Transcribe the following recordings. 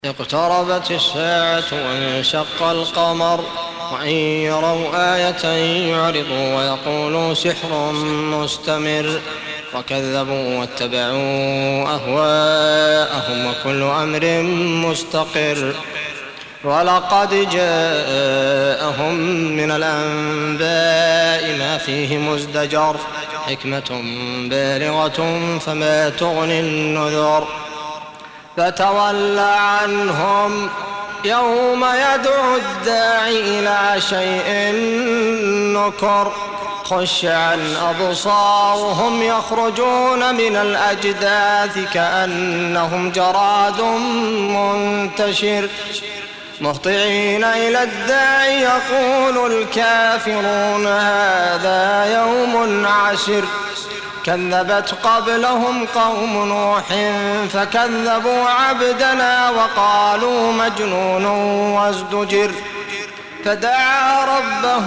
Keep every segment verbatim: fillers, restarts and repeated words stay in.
اقتربت الساعة وانشق القمر وإن يروا آية يعرضوا ويقولوا سحر مستمر وكذبوا واتبعوا أهواءهم وكل أمر مستقر. ولقد جاءهم من الأنباء ما فيه مزدجر حكمة بالغة فما تغني النذر. فتول عنهم يوم يدعو الداعي إلى شيء نكر خش عن أبصارهم يخرجون من الأجداث كأنهم جراد منتشر مهطعين إلى الداعي يقول الكافرون هذا يوم عسر. كذبت قبلهم قوم نوح فكذبوا عبدنا وقالوا مجنون وازدجر. فدعا ربه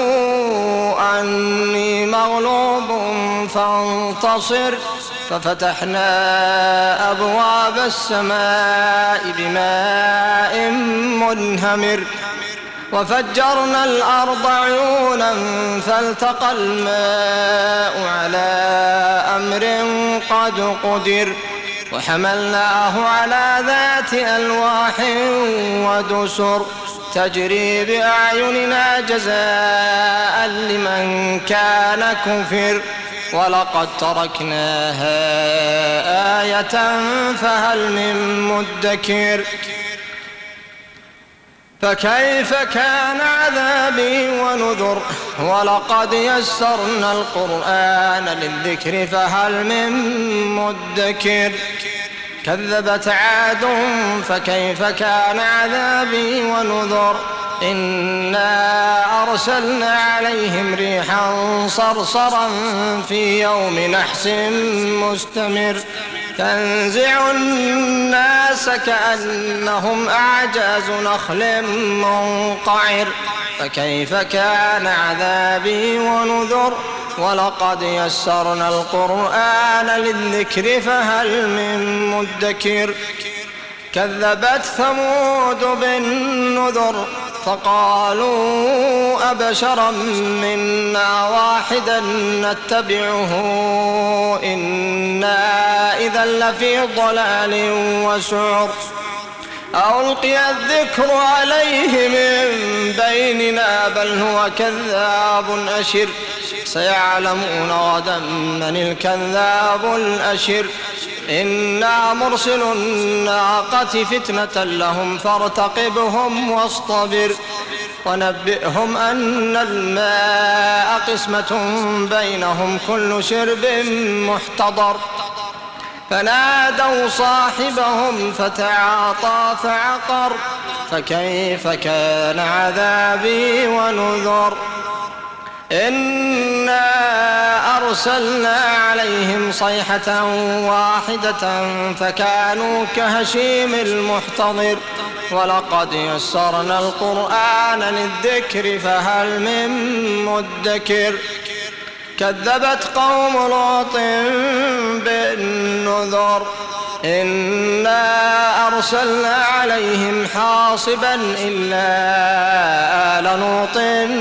أني مغلوب فانتصر ففتحنا أبواب السماء بماء منهمر وفجرنا الأرض عيونا فالتقى الماء على أمر قد قدر وحملناه على ذات ألواح ودسر تجري بأعيننا جزاء لمن كان كفر. ولقد تركناها آية فهل من مدكر. فكيف كان عذابي ونذر. ولقد يسرنا القرآن للذكر فهل من مدكر. كذبت عاد فكيف كان عذابي ونذر. إنا أرسلنا عليهم ريحا صرصرا في يوم نحس مستمر تنزع الناس كأنهم أعجاز نخل منقعر. فكيف كان عذابي ونذر. ولقد يسرنا القرآن للذكر فهل من مدكر. كذبت ثمود بالنذر فقالوا أبشرا منا واحدا نتبعه إنا إذا لفي ضلال وسعر. ألقي الذكر عليه من بيننا بل هو كذاب أشر. سيعلمون غدا من الكذاب الأشر. إنا مرسل الناقة فتنة لهم فارتقبهم واصطبر ونبئهم أن الماء قسمة بينهم كل شرب محتضر. فنادوا صاحبهم فتعاطى فعقر. فكيف كان عذابي ونذر. إنا أرسلنا عليهم صيحة واحدة فكانوا كهشيم المحتضر. ولقد يسرنا القرآن للذكر فهل من مدكر. كذبت قوم لوط بالنذر. إنا أرسلنا عليهم حاصبا إلا آل لوط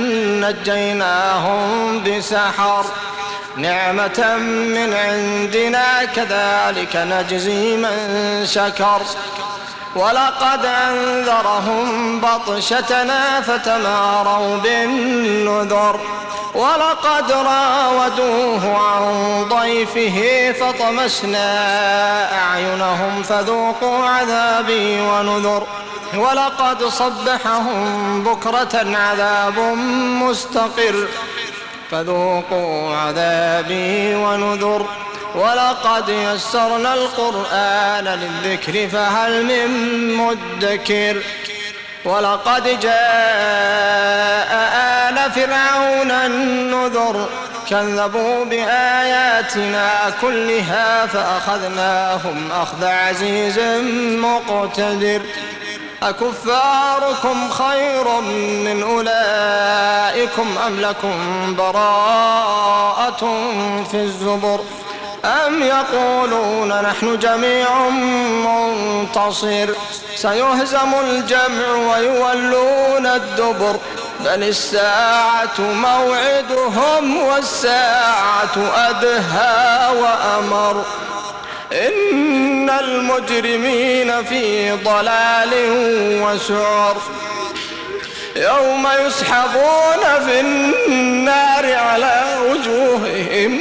نجيناهم بسحر نعمة من عندنا كذلك نجزي من شكر. ولقد أنذرهم بطشتنا فتماروا بالنذر. ولقد راودوه عن ضيفه فطمسنا أعينهم فذوقوا عذابي ونذر. ولقد صبحهم بكرة عذاب مستقر فذوقوا عذابي ونذر. ولقد يسرنا القرآن للذكر فهل من مدكر. ولقد جاء آل فرعون النذر كذبوا بآياتنا كلها فأخذناهم أخذ عزيز مقتدر. أكفاركم خير من أولئكم أم لكم براءة في الزبر أم يقولون نحن جميع منتصر سيهزم الجمع ويولون الدبر بل الساعة موعدهم والساعة أدهى وأمر إن المجرمين في ضلال وسعر يوم يسحبون في النار على وجوههم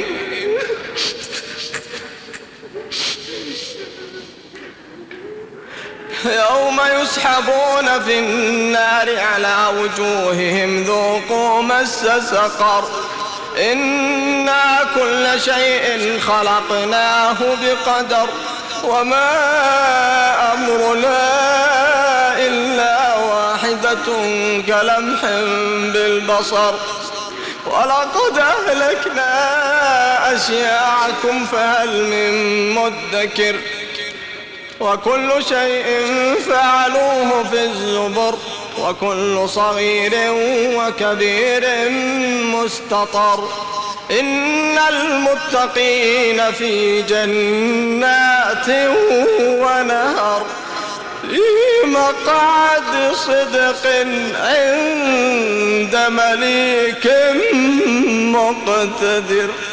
يوم يسحبون في النار على وجوههم ذوقوا مس سقر إنا كل شيء خلقناه بقدر وما أمرنا إلا واحدة كلمح بالبصر ولقد أهلكنا أشياعكم فهل من مدكر وكل شيء فعلوه في الزبر وكل صغير وكبير مستطر إن المتقين في جنات ونهر في مقعد صدق عند مليك مقتدر.